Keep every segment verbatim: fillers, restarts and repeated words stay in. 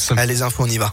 tous. Allez, les infos, on y va.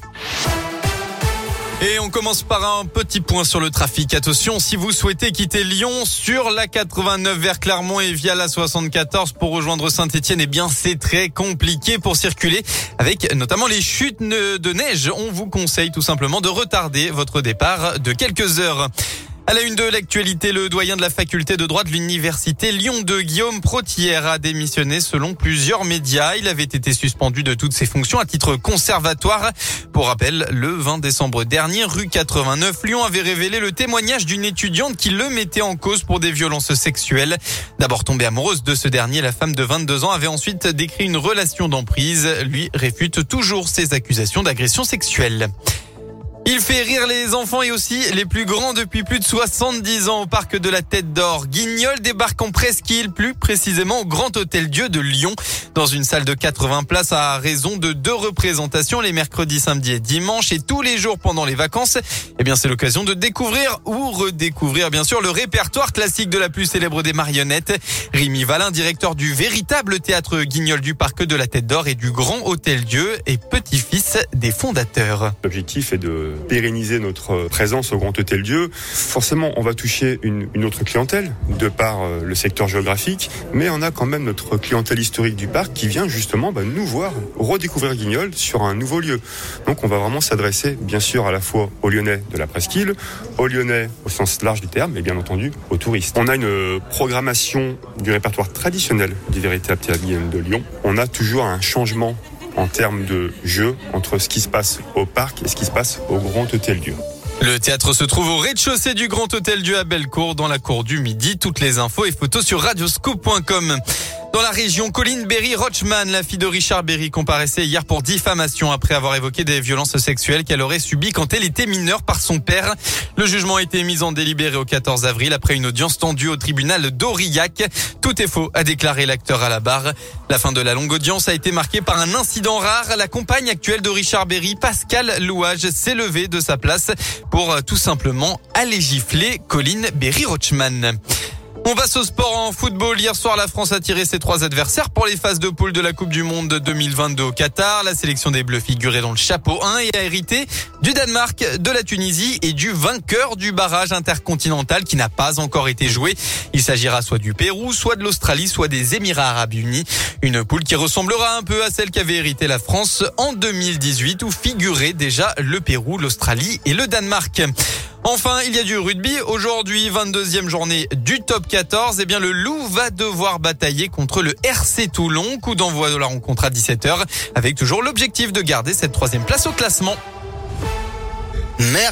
Et on commence par un petit point sur le trafic. Attention, si vous souhaitez quitter Lyon sur la quatre-vingt-neuf vers Clermont et via la soixante-quatorze pour rejoindre Saint-Étienne, eh bien c'est très compliqué pour circuler avec notamment les chutes de neige. On vous conseille tout simplement de retarder votre départ de quelques heures. À la une de l'actualité, le doyen de la faculté de droit de l'université Lyon deux, Guillaume Protière, a démissionné selon plusieurs médias. Il avait été suspendu de toutes ses fonctions à titre conservatoire. Pour rappel, le vingt décembre dernier, rue quatre-vingt-neuf, Lyon avait révélé le témoignage d'une étudiante qui le mettait en cause pour des violences sexuelles. D'abord tombée amoureuse de ce dernier, la femme de vingt-deux ans avait ensuite décrit une relation d'emprise. Lui réfute toujours ses accusations d'agression sexuelle. Il fait rire les enfants et aussi les plus grands depuis plus de soixante-dix ans au parc de la Tête d'Or. Guignol débarque en presqu'île, plus précisément au Grand Hôtel Dieu de Lyon, dans une salle de quatre-vingts places à raison de deux représentations les mercredis, samedis et dimanches et tous les jours pendant les vacances. Eh bien, c'est l'occasion de découvrir ou redécouvrir, bien sûr, le répertoire classique de la plus célèbre des marionnettes. Rémi Valin, directeur du véritable théâtre Guignol du parc de la Tête d'Or et du Grand Hôtel Dieu et petit-fils des fondateurs. L'objectif est de pérenniser notre présence au Grand Hôtel Dieu. Forcément, on va toucher une, une autre clientèle de par le secteur géographique, mais on a quand même notre clientèle historique du parc qui vient justement bah, nous voir, redécouvrir Guignol sur un nouveau lieu. Donc on va vraiment s'adresser bien sûr à la fois aux Lyonnais de la presqu'île, aux Lyonnais au sens large du terme, et bien entendu aux touristes. On a une programmation du répertoire traditionnel du véritable théâtre Guignol de Lyon. On a toujours un changement en termes de jeu entre ce qui se passe au parc et ce qui se passe au Grand Hôtel Dieu. Le théâtre se trouve au rez-de-chaussée du Grand Hôtel Dieu à Bellecour, dans la cour du Midi. Toutes les infos et photos sur radioscoop point com. Dans la région, Colline Berry-Rochman, la fille de Richard Berry, comparaissait hier pour diffamation après avoir évoqué des violences sexuelles qu'elle aurait subies quand elle était mineure par son père. Le jugement a été mis en délibéré au quatorze avril après une audience tendue au tribunal d'Aurillac. Tout est faux, a déclaré l'acteur à la barre. La fin de la longue audience a été marquée par un incident rare. La compagne actuelle de Richard Berry, Pascal Louage, s'est levée de sa place pour tout simplement aller gifler Colline Berry-Rochman. On passe au sport en football. Hier soir, la France a tiré ses trois adversaires pour les phases de poule de la Coupe du Monde deux mille vingt-deux au Qatar. La sélection des Bleus figurait dans le chapeau un et a hérité du Danemark, de la Tunisie et du vainqueur du barrage intercontinental qui n'a pas encore été joué. Il s'agira soit du Pérou, soit de l'Australie, soit des Émirats Arabes Unis. Une poule qui ressemblera un peu à celle qu'avait hérité la France en deux mille dix-huit où figuraient déjà le Pérou, l'Australie et le Danemark. Enfin, il y a du rugby. Aujourd'hui, vingt-deuxième journée du top quatorze. Eh bien, le Loup va devoir batailler contre le R C Toulon. Coup d'envoi de la rencontre à dix-sept heures avec toujours l'objectif de garder cette troisième place au classement. Merci.